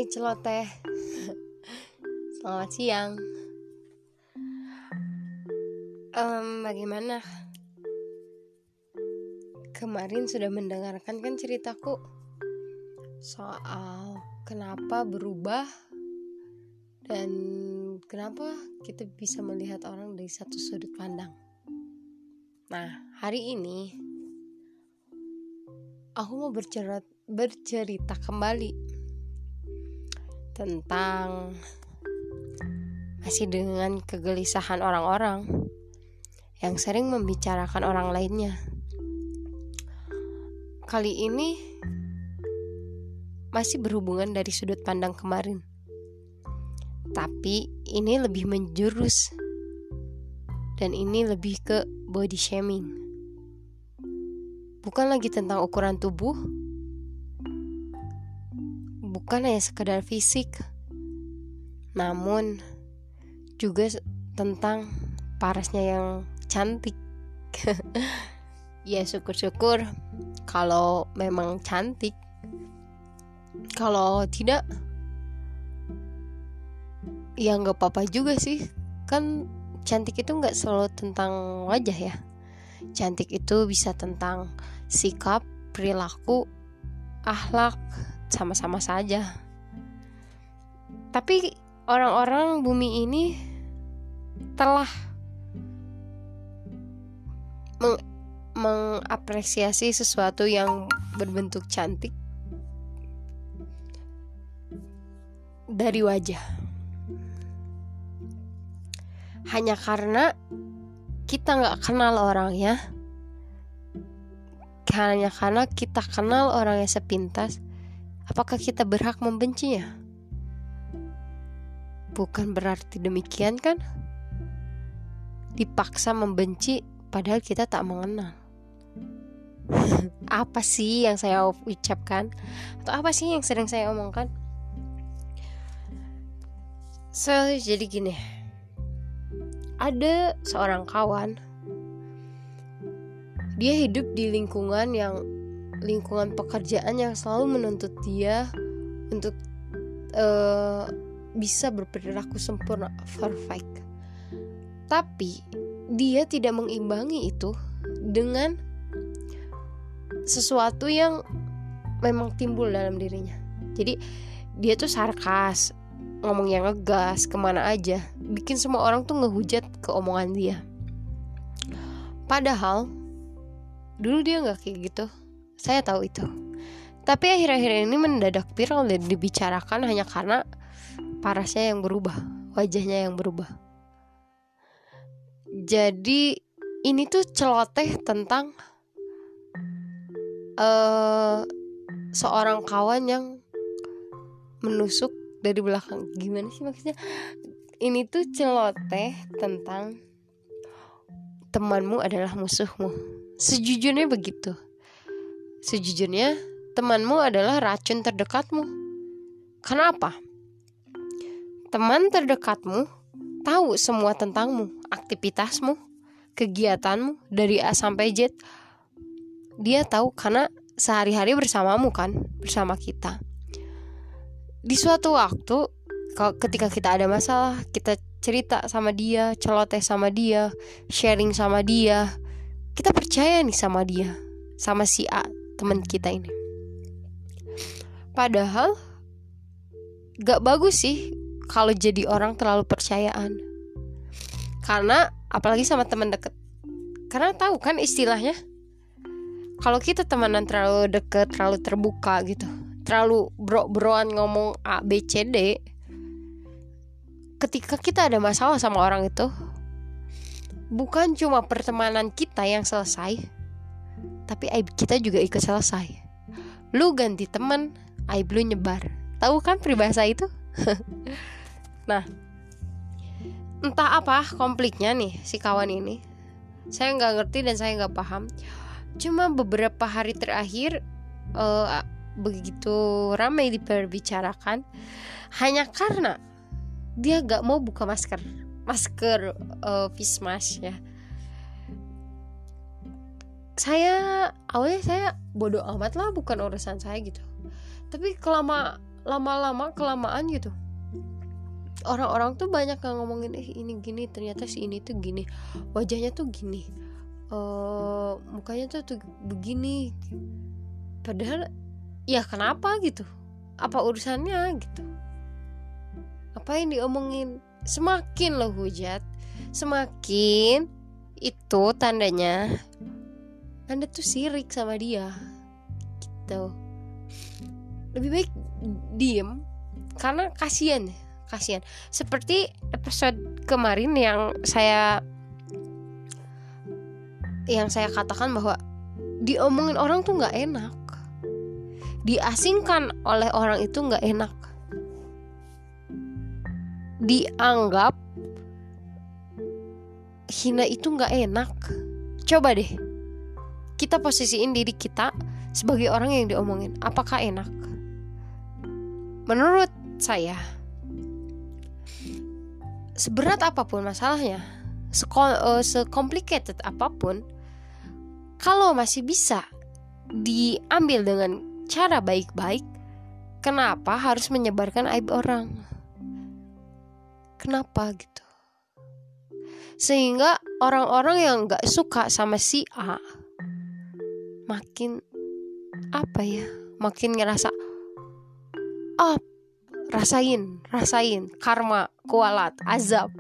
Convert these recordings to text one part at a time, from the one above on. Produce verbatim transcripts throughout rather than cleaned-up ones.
celoteh. Selamat siang. um, Bagaimana? Kemarin sudah mendengarkan kan ceritaku soal kenapa berubah dan kenapa kita bisa melihat orang dari satu sudut pandang. Nah, hari ini aku mau bercerita, bercerita kembali tentang masih dengan kegelisahan orang-orang yang sering membicarakan orang lainnya. Kali ini masih berhubungan dari sudut pandang kemarin, tapi ini lebih menjurus dan ini lebih ke body shaming. Bukan lagi tentang ukuran tubuh, bukan hanya sekedar fisik, namun juga tentang parasnya yang cantik. Ya syukur-syukur kalau memang cantik. Kalau tidak, ya gak apa-apa juga sih. Kan cantik itu gak selalu tentang wajah ya. Cantik itu bisa tentang sikap, perilaku, akhlak, sama-sama saja. Tapi orang-orang bumi ini telah meng- mengapresiasi sesuatu yang berbentuk cantik dari wajah, hanya karena kita gak kenal orangnya, hanya karena kita kenal orangnya sepintas. Apakah kita berhak membencinya? Bukan berarti demikian kan? Dipaksa membenci padahal kita tak mengenal. Apa sih yang saya ucapkan? Atau apa sih yang sering saya omongkan? So, jadi gini. Ada seorang kawan. Dia hidup di lingkungan yang lingkungan pekerjaan yang selalu menuntut dia untuk uh, bisa berperilaku sempurna, perfect. Tapi dia tidak mengimbangi itu dengan sesuatu yang memang timbul dalam dirinya. Jadi dia tuh sarkas, ngomong yang ngegas kemana aja, bikin semua orang tuh ngehujat ke omongan dia. Padahal dulu dia gak kayak gitu. Saya tahu itu. Tapi akhir-akhir ini mendadak viral dan dibicarakan hanya karena parasnya yang berubah, wajahnya yang berubah. Jadi ini tuh celoteh tentang uh, seorang kawan yang menusuk dari belakang. Gimana sih maksudnya? Ini tuh celoteh tentang temanmu adalah musuhmu. Sejujurnya begitu. Sejujurnya temanmu adalah racun terdekatmu. Kenapa? Teman terdekatmu tahu semua tentangmu, aktivitasmu, kegiatanmu dari A sampai Z. Dia tahu karena sehari-hari bersamamu kan, bersama kita. Di suatu waktu ketika kita ada masalah, kita cerita sama dia, celoteh sama dia, sharing sama dia, kita percaya nih sama dia, sama si A, teman kita ini. Padahal gak bagus sih kalau jadi orang terlalu percayaan. Karena apalagi sama teman deket. Karena tahu kan istilahnya, kalau kita temenan terlalu deket, terlalu terbuka gitu, terlalu bro-broan ngomong A, B, C, D, ketika kita ada masalah sama orang itu, bukan cuma pertemanan kita yang selesai, tapi aib kita juga ikut selesai. Lu ganti teman, aib lu nyebar. Tahu kan peribahasa itu? Nah, entah apa konfliknya nih si kawan ini. Saya gak ngerti dan saya gak paham. Cuma beberapa hari terakhir uh, begitu ramai diperbicarakan hanya karena dia gak mau buka masker. Masker uh, face mask ya. Saya awalnya saya bodoh amat lah, bukan urusan saya gitu. Tapi kelama lama-lama kelamaan gitu, orang-orang tuh banyak yang ngomongin eh ini gini, ternyata si ini tuh gini, wajahnya tuh gini, uh, mukanya tuh, tuh begini. Padahal ya kenapa gitu, apa urusannya gitu, apa yang diomongin. Semakin lo hujat, semakin itu tandanya Anda tuh sirik sama dia gitu. Lebih baik diem, karena kasihan kasihan seperti episode kemarin yang saya yang saya katakan bahwa diomongin orang tuh nggak enak, diasingkan oleh orang itu nggak enak, dianggap hina itu nggak enak. Coba deh kita posisiin diri kita sebagai orang yang diomongin, apakah enak? Menurut saya, seberat apapun masalahnya, secomplicated apapun, kalau masih bisa diambil dengan cara baik-baik, kenapa harus menyebarkan aib orang? Kenapa gitu? Sehingga orang-orang yang gak suka sama si A makin apa ya, makin ngerasa ah, rasain, rasain karma, kualat, azab.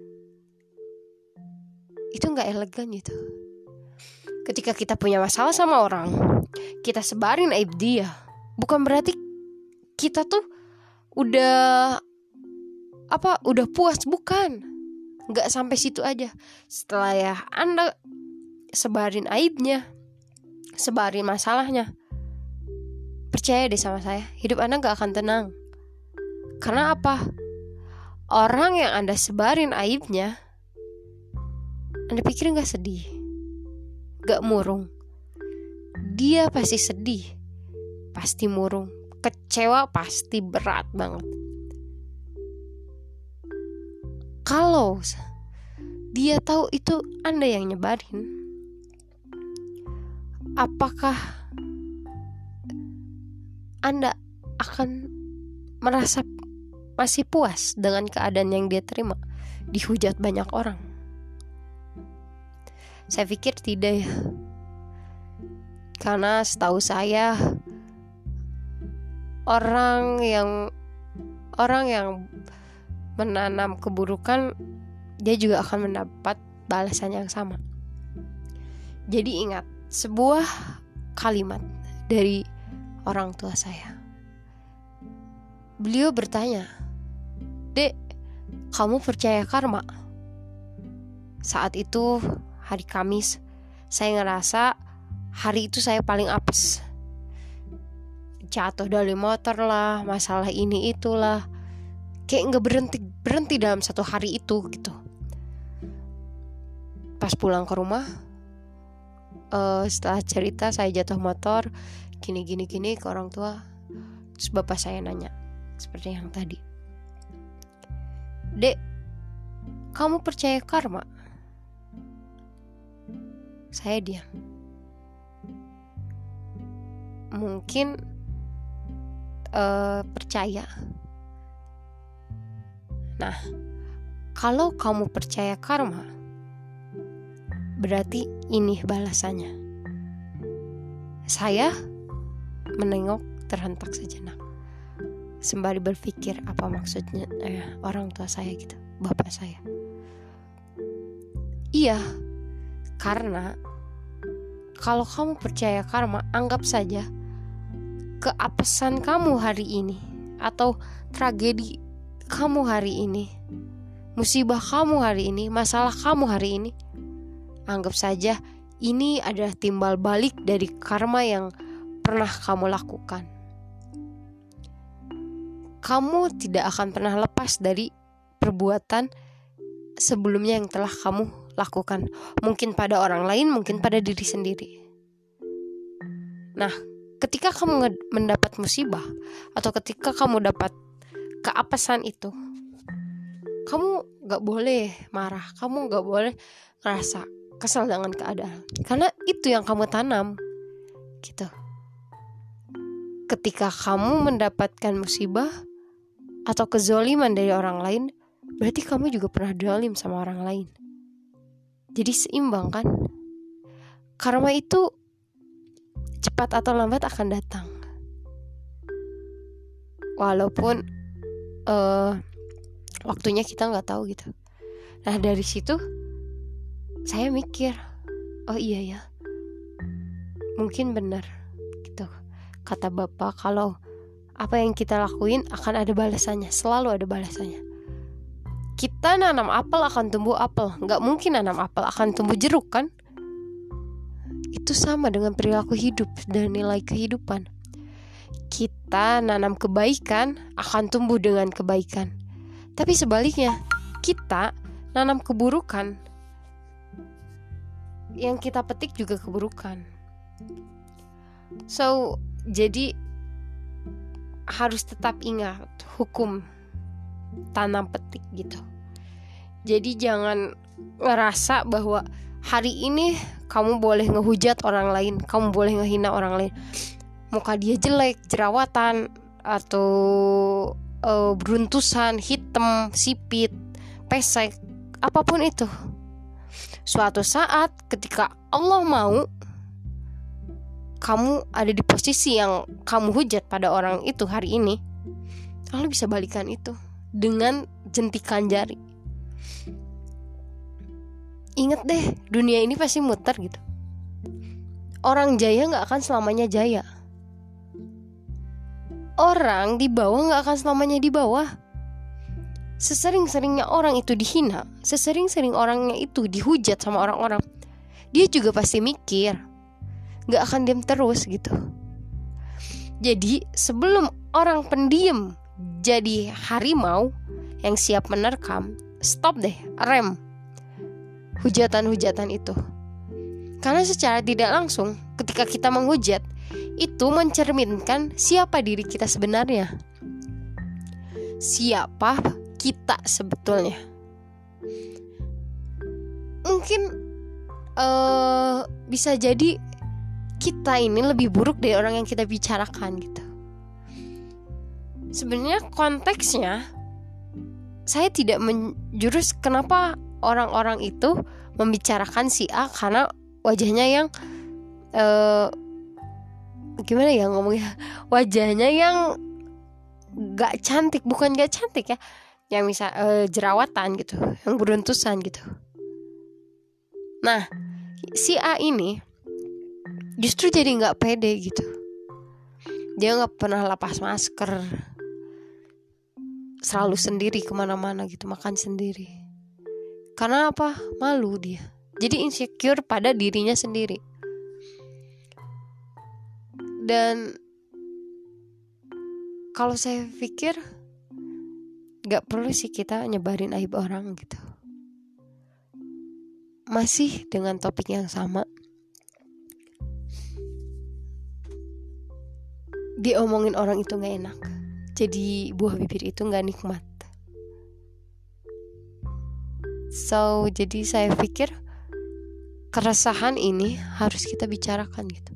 Itu gak elegan gitu. Ketika kita punya masalah sama orang, kita sebarin aib dia, bukan berarti kita tuh udah apa, udah puas, bukan. Gak sampai situ aja. Setelah ya Anda sebarin aibnya, sebarin masalahnya, percaya deh sama saya, hidup Anda gak akan tenang. Karena apa? Orang yang Anda sebarin aibnya, Anda pikir gak sedih, gak murung? Dia pasti sedih, pasti murung, kecewa pasti berat banget. Kalau dia tahu itu Anda yang nyebarin, apakah Anda akan merasa masih puas dengan keadaan yang dia terima, dihujat banyak orang? Saya pikir tidak ya. Karena setahu saya, orang yang orang yang menanam keburukan, dia juga akan mendapat balasan yang sama. Jadi ingat sebuah kalimat dari orang tua saya. Beliau bertanya, "Dek, kamu percaya karma?" Saat itu hari Kamis, saya ngerasa hari itu saya paling apes. Jatuh dari motor lah, masalah ini itulah, kayak nggak berhenti berhenti dalam satu hari itu gitu. Pas pulang ke rumah, uh, setelah cerita saya jatuh motor, gini gini gini ke orang tua, terus bapak saya nanya seperti yang tadi, "Dek, kamu percaya karma?" Saya diam. Mungkin uh, percaya. Nah, kalau kamu percaya karma, berarti ini balasannya. Saya menengok terhentak sejenak, sembari berpikir apa maksudnya eh, orang tua saya gitu, bapak saya. Iya, karena kalau kamu percaya karma, anggap saja keapesan kamu hari ini, atau tragedi kamu hari ini, musibah kamu hari ini, masalah kamu hari ini, anggap saja ini adalah timbal balik dari karma yang pernah kamu lakukan. Kamu tidak akan pernah lepas dari perbuatan sebelumnya yang telah kamu lakukan. Mungkin pada orang lain, mungkin pada diri sendiri. Nah, ketika kamu mendapat musibah, atau ketika kamu dapat keapesan itu, kamu gak boleh marah, kamu gak boleh ngerasa kesal dengan keadaan, karena itu yang kamu tanam gitu. ketika kamu mendapatkan musibah atau kezoliman dari orang lain, berarti kamu juga pernah zalim sama orang lain. Jadi seimbang kan? Karma itu cepat atau lambat akan datang. Walaupun uh, waktunya kita gak tahu gitu. Nah dari situ saya mikir, oh iya ya, mungkin benar gitu kata Bapak, kalau apa yang kita lakuin akan ada balasannya, selalu ada balasannya. Kita nanam apel akan tumbuh apel, gak mungkin nanam apel akan tumbuh jeruk kan. Itu sama dengan perilaku hidup dan nilai kehidupan. Kita nanam kebaikan akan tumbuh dengan kebaikan. Tapi sebaliknya, kita nanam keburukan, yang kita petik juga keburukan. So, jadi harus tetap ingat hukum tanam petik gitu. Jadi jangan ngerasa bahwa hari ini kamu boleh ngehujat orang lain, kamu boleh ngehina orang lain, muka dia jelek, jerawatan, atau uh, beruntusan, hitam, sipit, pesek, apapun itu. Suatu saat ketika Allah mau kamu ada di posisi yang kamu hujat pada orang itu hari ini, Allah bisa balikan itu dengan jentikan jari. Ingat deh, dunia ini pasti muter gitu. Orang jaya gak akan selamanya jaya. Orang di bawah gak akan selamanya di bawah. Sesering-seringnya orang itu dihina, sesering-sering orangnya itu dihujat sama orang-orang, dia juga pasti mikir, gak akan diam terus gitu. Jadi sebelum orang pendiam jadi harimau yang siap menerkam, stop deh, rem hujatan-hujatan itu. Karena secara tidak langsung ketika kita menghujat, itu mencerminkan siapa diri kita sebenarnya, siapa kita sebetulnya. Mungkin uh, bisa jadi kita ini lebih buruk dari orang yang kita bicarakan gitu. Sebenarnya konteksnya saya tidak menjurus kenapa orang-orang itu membicarakan si A karena wajahnya yang uh, gimana ya ngomongnya, wajahnya yang gak cantik, bukan gak cantik ya, yang misal uh, jerawatan gitu, yang beruntusan gitu. Nah, si A ini justru jadi gak pede gitu. Dia gak pernah lepas masker, selalu sendiri kemana-mana gitu, makan sendiri. Karena apa? Malu dia. Jadi insecure pada dirinya sendiri. Dan kalau saya pikir gak perlu sih kita nyebarin aib orang gitu. Masih dengan topik yang sama, diomongin orang itu gak enak, jadi buah bibir itu gak nikmat. So, jadi saya pikir keresahan ini harus kita bicarakan gitu.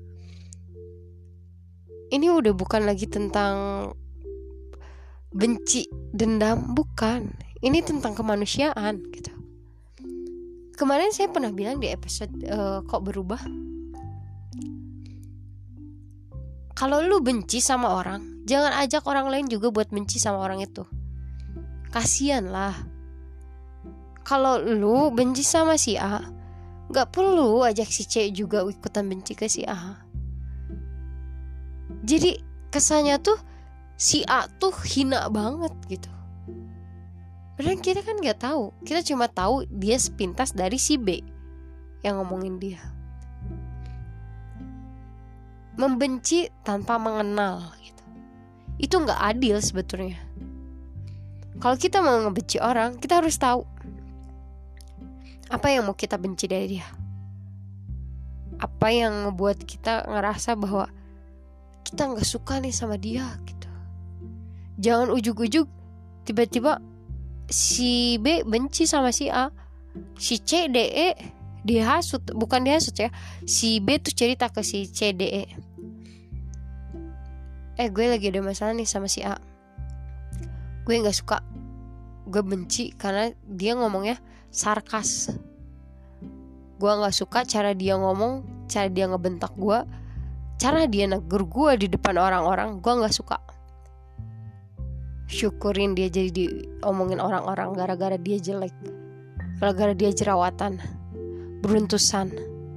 Ini udah bukan lagi tentang benci, dendam, bukan. Ini tentang kemanusiaan gitu. Kemarin saya pernah bilang di episode uh, Kok Berubah, kalau lu benci sama orang, jangan ajak orang lain juga buat benci sama orang itu. Kasian lah. Kalau lu benci sama si A, gak perlu ajak si C juga ikutan benci ke si A. Jadi kesannya tuh si A tuh hina banget gitu. Padahal kita kan gak tahu. Kita cuma tahu dia sepintas dari si B yang ngomongin dia. Membenci tanpa mengenal gitu. Itu gak adil sebetulnya. Kalau kita mau ngebenci orang, kita harus tahu apa yang mau kita benci dari dia. Apa yang ngebuat kita ngerasa bahwa kita gak suka nih sama dia gitu. Jangan ujug-ujug tiba-tiba si B benci sama si A, si C, D, E dihasut. Bukan dihasut ya, si B tuh cerita ke si C, D, E, Eh gue lagi ada masalah nih sama si A, gue gak suka, gue benci karena dia ngomongnya sarkas. Gue gak suka cara dia ngomong, cara dia ngebentak gue, cara dia negur gue di depan orang-orang. Gue gak suka. Syukurin dia jadi diomongin orang-orang gara-gara dia jelek, gara-gara dia jerawatan, beruntusan.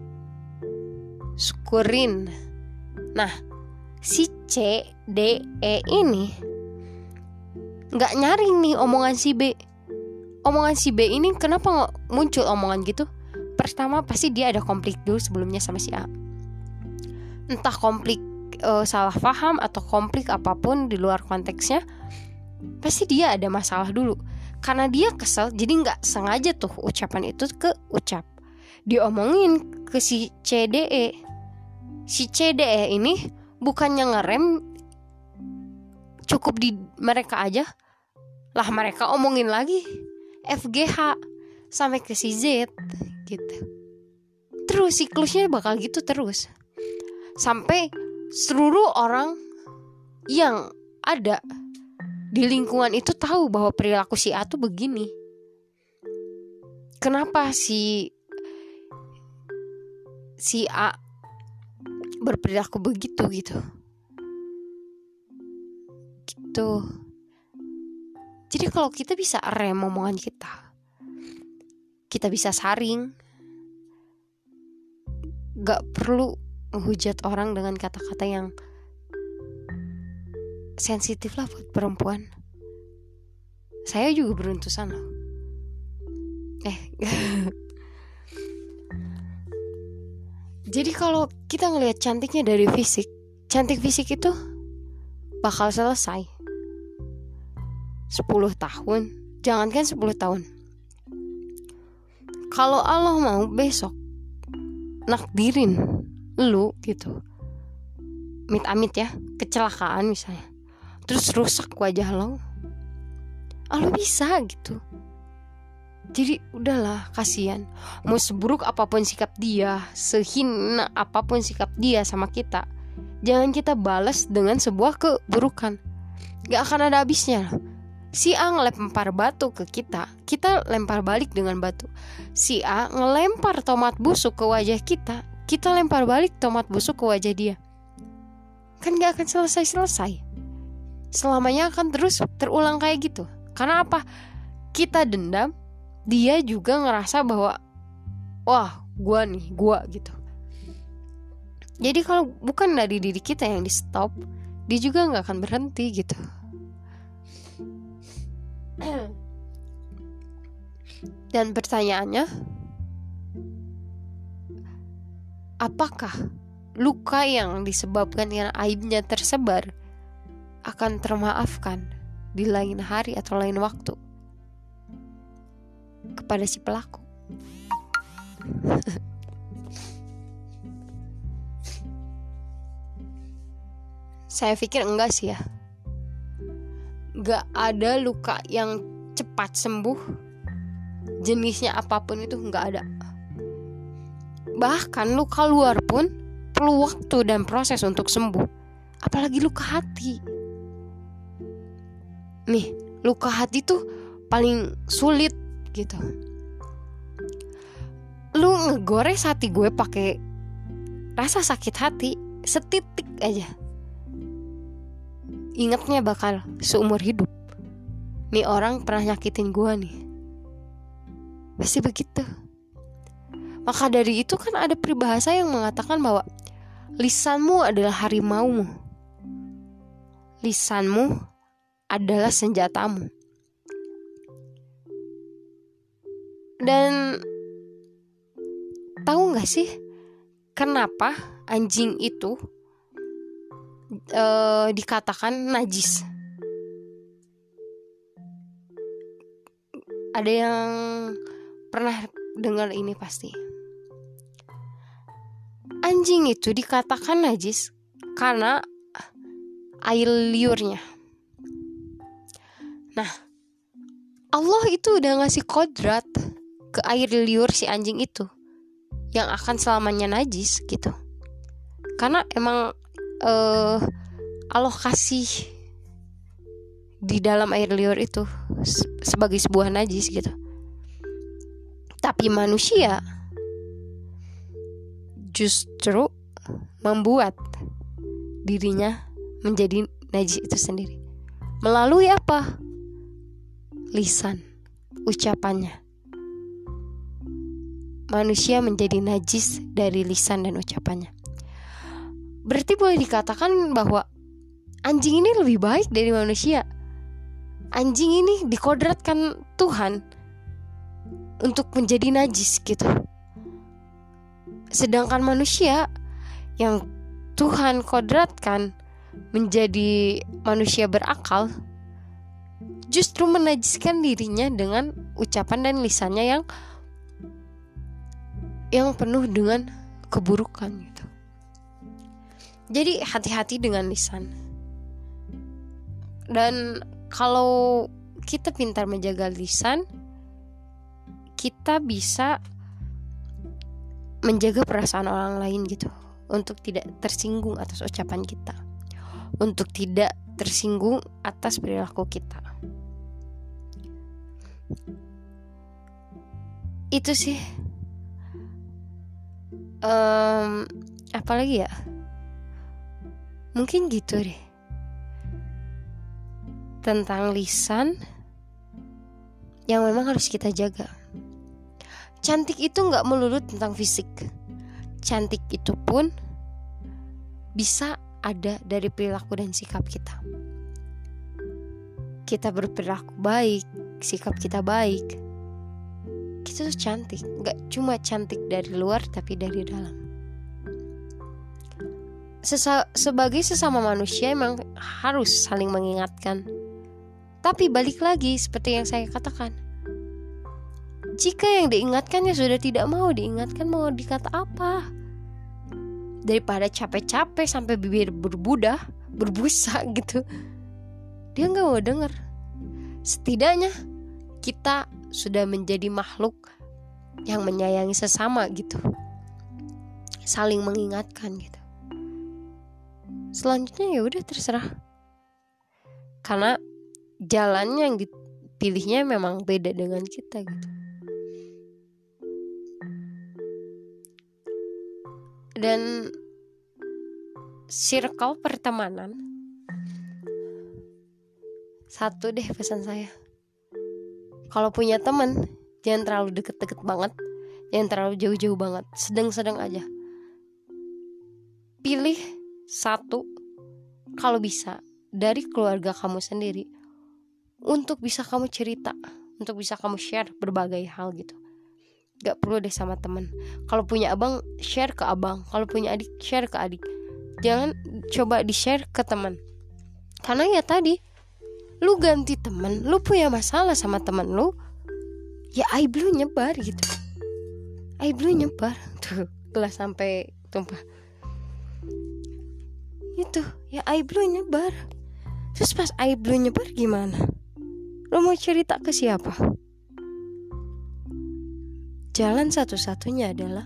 Syukurin. Nah, si C D E ini gak nyaring nih omongan si B. Omongan si B ini kenapa gak muncul omongan gitu? Pertama pasti dia ada konflik dulu sebelumnya sama si A. Entah konflik uh, salah paham atau konflik apapun di luar konteksnya, pasti dia ada masalah dulu. Karena dia kesel, jadi gak sengaja tuh ucapan itu ke ucap, diomongin ke si C D E. Si C D E ini bukannya ngerem, cukup di mereka aja, lah mereka omongin lagi F G H sampai ke si Z gitu. Terus siklusnya bakal gitu terus sampai seluruh orang yang ada di lingkungan itu tahu bahwa perilaku si A tuh begini. Kenapa si si A berperilaku begitu gitu. Gitu. Jadi kalau kita bisa rem omongan kita, kita bisa saring, gak perlu menghujat orang dengan kata-kata yang sensitif lah buat perempuan. Saya juga beruntusan loh. Eh Jadi kalau kita ngelihat cantiknya dari fisik, cantik fisik itu bakal selesai sepuluh tahun. Jangankan sepuluh tahun, kalau Allah mau besok nakdirin lu gitu, amit-amit ya, kecelakaan misalnya, terus rusak wajah lo, Allah bisa gitu. Jadi udahlah, kasihan. Mau seburuk apapun sikap dia, sehina apapun sikap dia sama kita, jangan kita balas dengan sebuah keburukan. Gak akan ada habisnya. Si A ngelempar batu ke kita, kita lempar balik dengan batu. Si A ngelempar tomat busuk ke wajah kita, kita lempar balik tomat busuk ke wajah dia. Kan gak akan selesai-selesai. Selamanya akan terus terulang kayak gitu. Karena apa? Kita dendam, dia juga ngerasa bahwa wah, gua nih, gua gitu. Jadi kalau bukan dari diri kita yang di stop, dia juga gak akan berhenti gitu. Dan pertanyaannya, apakah luka yang disebabkan dengan aibnya tersebar akan termaafkan di lain hari atau lain waktu kepada si pelaku? Saya pikir enggak sih ya. Gak ada luka yang cepat sembuh, jenisnya apapun itu gak ada. Bahkan luka luar pun perlu waktu dan proses untuk sembuh. Apalagi luka hati. Nih, luka hati tuh paling sulit gitu. Lu ngegores hati gue pakai rasa sakit hati setitik aja, ingatnya bakal seumur hidup. Nih orang pernah nyakitin gue nih, pasti begitu. Maka dari itu kan ada peribahasa yang mengatakan bahwa lisanmu adalah harimaumu, lisanmu adalah senjatamu. Dan tahu gak sih kenapa anjing itu e, dikatakan najis? Ada yang pernah dengar ini pasti. Anjing itu dikatakan najis karena air liurnya. Nah, Allah itu udah ngasih kodrat ke air liur si anjing itu yang akan selamanya najis gitu. Karena emang eh, Allah kasih di dalam air liur itu sebagai sebuah najis gitu. Tapi manusia justru membuat dirinya menjadi najis itu sendiri. Melalui apa? Lisan, ucapannya. Manusia menjadi najis dari lisan dan ucapannya. Berarti boleh dikatakan bahwa anjing ini lebih baik dari manusia. Anjing ini dikodratkan Tuhan untuk menjadi najis gitu. Sedangkan manusia yang Tuhan kodratkan menjadi manusia berakal justru menajiskan dirinya dengan ucapan dan lisannya yang yang penuh dengan keburukan gitu. Jadi hati-hati dengan lisan. Dan kalau kita pintar menjaga lisan, kita bisa menjaga perasaan orang lain gitu, untuk tidak tersinggung atas ucapan kita, untuk tidak tersinggung atas perilaku kita. Itu sih. Um, apalagi ya? Mungkin gitu deh. Tentang lisan yang memang harus kita jaga. Cantik itu gak melulu tentang fisik. Cantik itu pun bisa ada dari perilaku dan sikap kita. Kita berperilaku baik, sikap kita baik, kita tuh cantik. Gak cuma cantik dari luar, tapi dari dalam. Sesa- sebagai sesama manusia emang harus saling mengingatkan. Tapi balik lagi seperti yang saya katakan, jika yang diingatkannya sudah tidak mau diingatkan, mau dikata apa? Daripada capek-capek sampai bibir berbudah, berbusa gitu, dia gak mau denger. Setidaknya kita sudah menjadi makhluk yang menyayangi sesama gitu, saling mengingatkan gitu. Selanjutnya ya udah terserah, karena jalannya yang dipilihnya memang beda dengan kita gitu. Dan circle pertemanan, satu deh pesan saya, kalau punya teman jangan terlalu deket-deket banget, jangan terlalu jauh-jauh banget, sedang-sedang aja. Pilih satu, kalau bisa dari keluarga kamu sendiri, untuk bisa kamu cerita, untuk bisa kamu share berbagai hal gitu. Gak perlu deh sama teman. Kalau punya abang, share ke abang. Kalau punya adik, share ke adik. Jangan coba di share ke teman, karena ya tadi, lu ganti teman, lu punya masalah sama teman lu, ya aib lu nyebar gitu. Aib lu nyebar tuh, gelas sampai tumpah. Itu ya aib lu nyebar. Terus pas aib lu nyebar gimana? Lu mau cerita ke siapa? Jalan satu-satunya adalah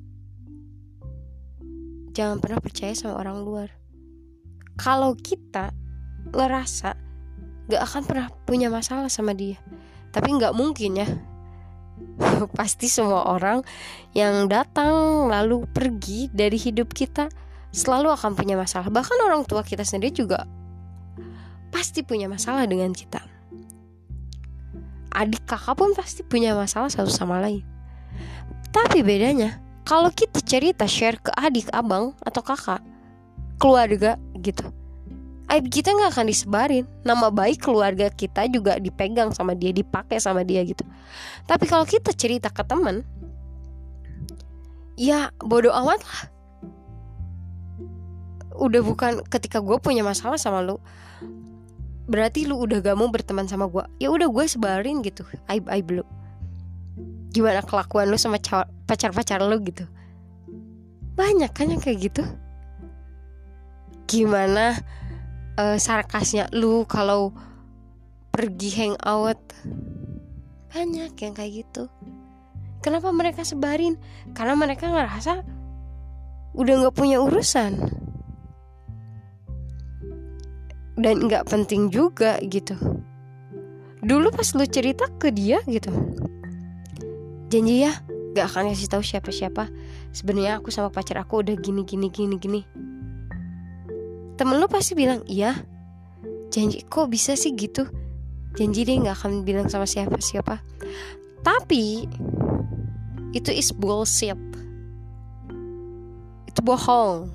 jangan pernah percaya sama orang luar. Kalau kita ngerasa gak akan pernah punya masalah sama dia, tapi gak mungkin ya. Pasti semua orang yang datang lalu pergi dari hidup kita selalu akan punya masalah. Bahkan orang tua kita sendiri juga pasti punya masalah dengan kita. Adik kakak pun pasti punya masalah satu sama lain. Tapi bedanya, kalau kita cerita share ke adik, abang, atau kakak, keluarga gitu, aib kita gak akan disebarin. Nama baik keluarga kita juga dipegang sama dia, dipakai sama dia gitu. Tapi kalau kita cerita ke teman, ya bodo amat lah. Udah bukan ketika gue punya masalah sama lu, berarti lu udah gak mau berteman sama gue. Ya udah gue sebarin gitu aib-aib lu. Gimana kelakuan lu sama pacar-pacar lu gitu. Banyak kan yang kayak gitu. Gimana uh, sarkasnya lu kalau pergi hangout. Banyak yang kayak gitu. Kenapa mereka sebarin? Karena mereka ngerasa udah gak punya urusan. dan gak penting juga gitu. Dulu pas lu cerita ke dia gitu, janji ya gak akan kasih tahu siapa-siapa, sebenarnya aku sama pacar aku udah gini gini gini gini. Temen lu pasti bilang iya, janji. Kok bisa sih gitu, janji deh gak akan bilang sama siapa-siapa. Tapi itu is bullshit, itu bohong.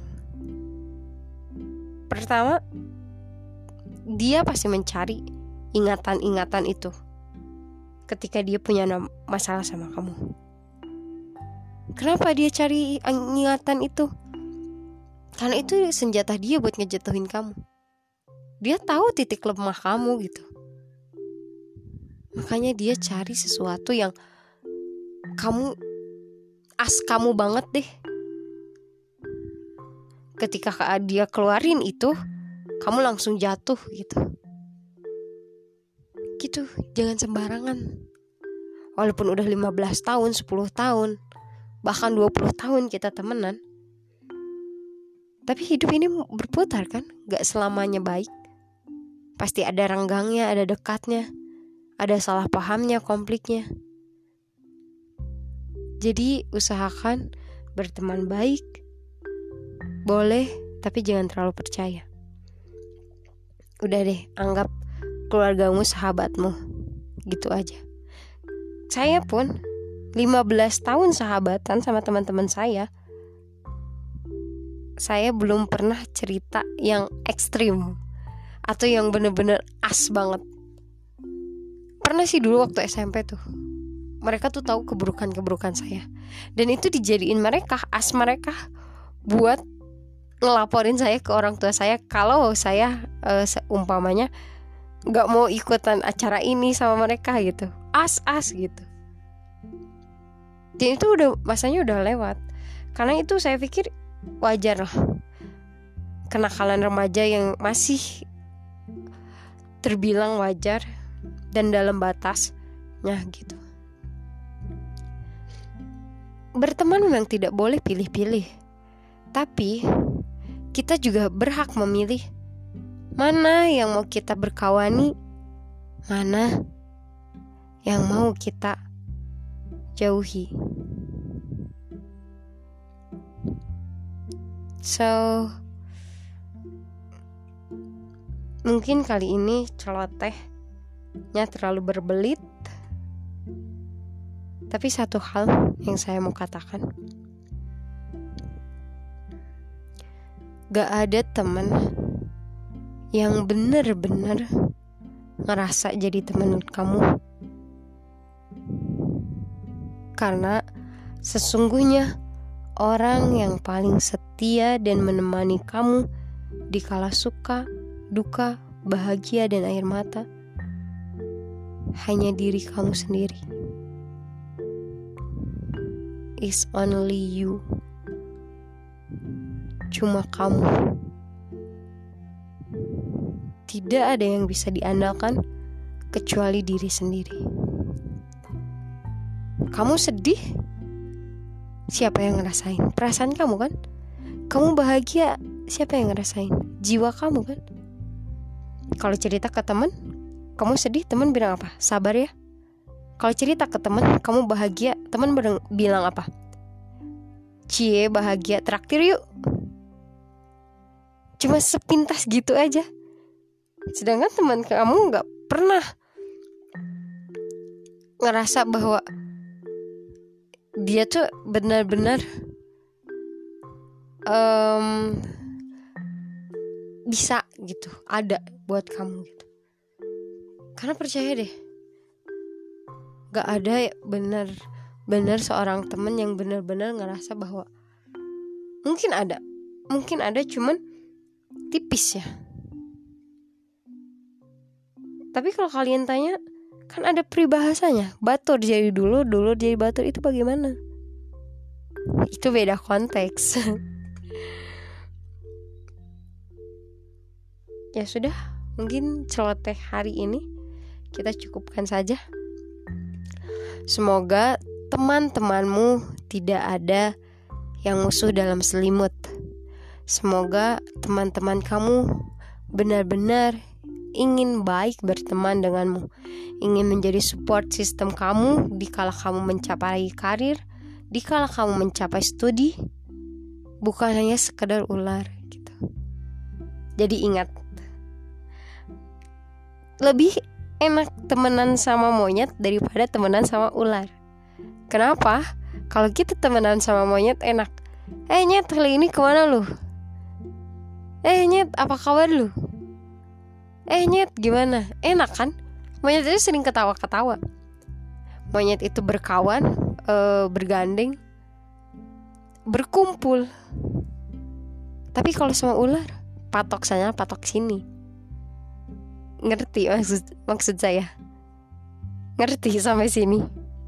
Pertama, dia pasti mencari ingatan-ingatan itu ketika dia punya masalah sama kamu. Kenapa dia cari ingatan itu? Karena itu senjata dia buat ngejatuhin kamu. Dia tahu titik lemah kamu gitu. Makanya dia cari sesuatu yang kamu as kamu banget deh. Ketika dia keluarin itu, kamu langsung jatuh gitu. Gitu, jangan sembarangan. Walaupun udah lima belas tahun, sepuluh tahun, bahkan dua puluh tahun kita temenan, tapi hidup ini berputar kan, gak selamanya baik. Pasti ada renggangnya, ada dekatnya, ada salah pahamnya, konfliknya. Jadi usahakan berteman baik, boleh, tapi jangan terlalu percaya. Udah deh, anggap keluargamu sahabatmu, gitu aja. Saya pun lima belas tahun sahabatan sama teman-teman saya, saya belum pernah cerita yang ekstrim atau yang bener-bener as banget. Pernah sih dulu waktu S M P tuh, mereka tuh tahu keburukan-keburukan saya, dan itu dijadiin mereka as mereka buat ngelaporin saya ke orang tua saya kalau saya uh, umpamanya nggak mau ikutan acara ini sama mereka gitu, as-as gitu. Dan itu udah masanya udah lewat. Karena itu saya pikir wajar lah, kenakalan remaja yang masih terbilang wajar dan dalam batasnya gitu. Berteman memang tidak boleh pilih-pilih, tapi kita juga berhak memilih mana yang mau kita berkawani, mana yang mau kita jauhi. So, mungkin kali ini celotehnya terlalu berbelit, tapi satu hal yang saya mau katakan, gak ada teman yang benar-benar ngerasa jadi teman kamu. Karena sesungguhnya orang yang paling setia dan menemani kamu di kala suka, duka, bahagia, dan air mata hanya diri kamu sendiri. It's only you. Cuma kamu. Tidak ada yang bisa diandalkan kecuali diri sendiri. Kamu sedih, siapa yang ngerasain? Perasaan kamu kan? Kamu bahagia, siapa yang ngerasain? Jiwa kamu kan? Kalau cerita ke teman, kamu sedih, teman bilang apa? Sabar ya. Kalau cerita ke teman, kamu bahagia, teman bilang apa? Cie, bahagia, traktir yuk. Cuma sepintas gitu aja. Sedangkan teman kamu gak pernah ngerasa bahwa dia tuh benar-benar um, bisa gitu, ada buat kamu gitu. Karena percaya deh, gak ada benar-benar seorang teman yang benar-benar ngerasa bahwa mungkin ada, mungkin ada cuman tipis ya. Tapi kalau kalian tanya, kan ada peribahasanya, batur jadi dulu, dulu jadi batur, itu bagaimana? Itu beda konteks. Ya sudah, mungkin celoteh hari ini kita cukupkan saja. Semoga teman-temanmu tidak ada yang musuh dalam selimut. Semoga teman-teman kamu benar-benar ingin baik berteman denganmu, ingin menjadi support sistem kamu dikala kamu mencapai karir, dikala kamu mencapai studi, bukan hanya sekedar ular gitu. Jadi ingat, lebih enak temenan sama monyet daripada temenan sama ular. Kenapa? Kalau kita temenan sama monyet enak. Eh nyet, kali ini kemana lu? Eh nyet, apa kabar lu? Eh nyet, gimana? Enak kan? Monyet itu sering ketawa-ketawa. Monyet itu berkawan, e, bergandeng, berkumpul. Tapi kalau sama ular, patok sana, patok sini. Ngerti maksud maksud saya? Ngerti sampai sini?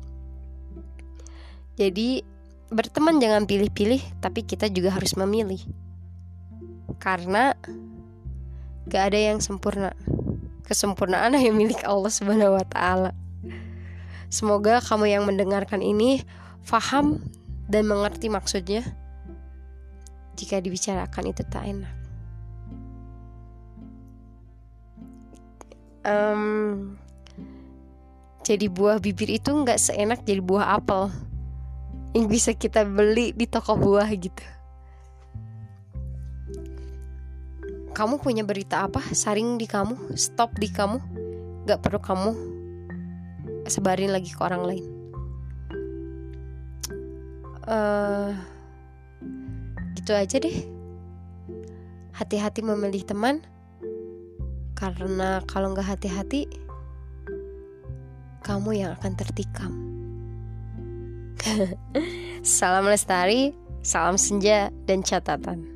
Jadi berteman jangan pilih-pilih, tapi kita juga harus memilih. Karena gak ada yang sempurna. Kesempurnaan hanya milik Allah Subhanahu wa taala. Semoga kamu yang mendengarkan ini paham dan mengerti maksudnya. Jika dibicarakan itu tak enak. Um, jadi buah bibir itu gak seenak jadi buah apel yang bisa kita beli di toko buah gitu. Kamu punya berita apa? Saring di kamu, stop di kamu. Gak perlu kamu sebarin lagi ke orang lain. uh, Gitu aja deh. Hati-hati memilih teman, karena kalau gak hati-hati, kamu yang akan tertikam. Salam lestari, salam senja dan catatan.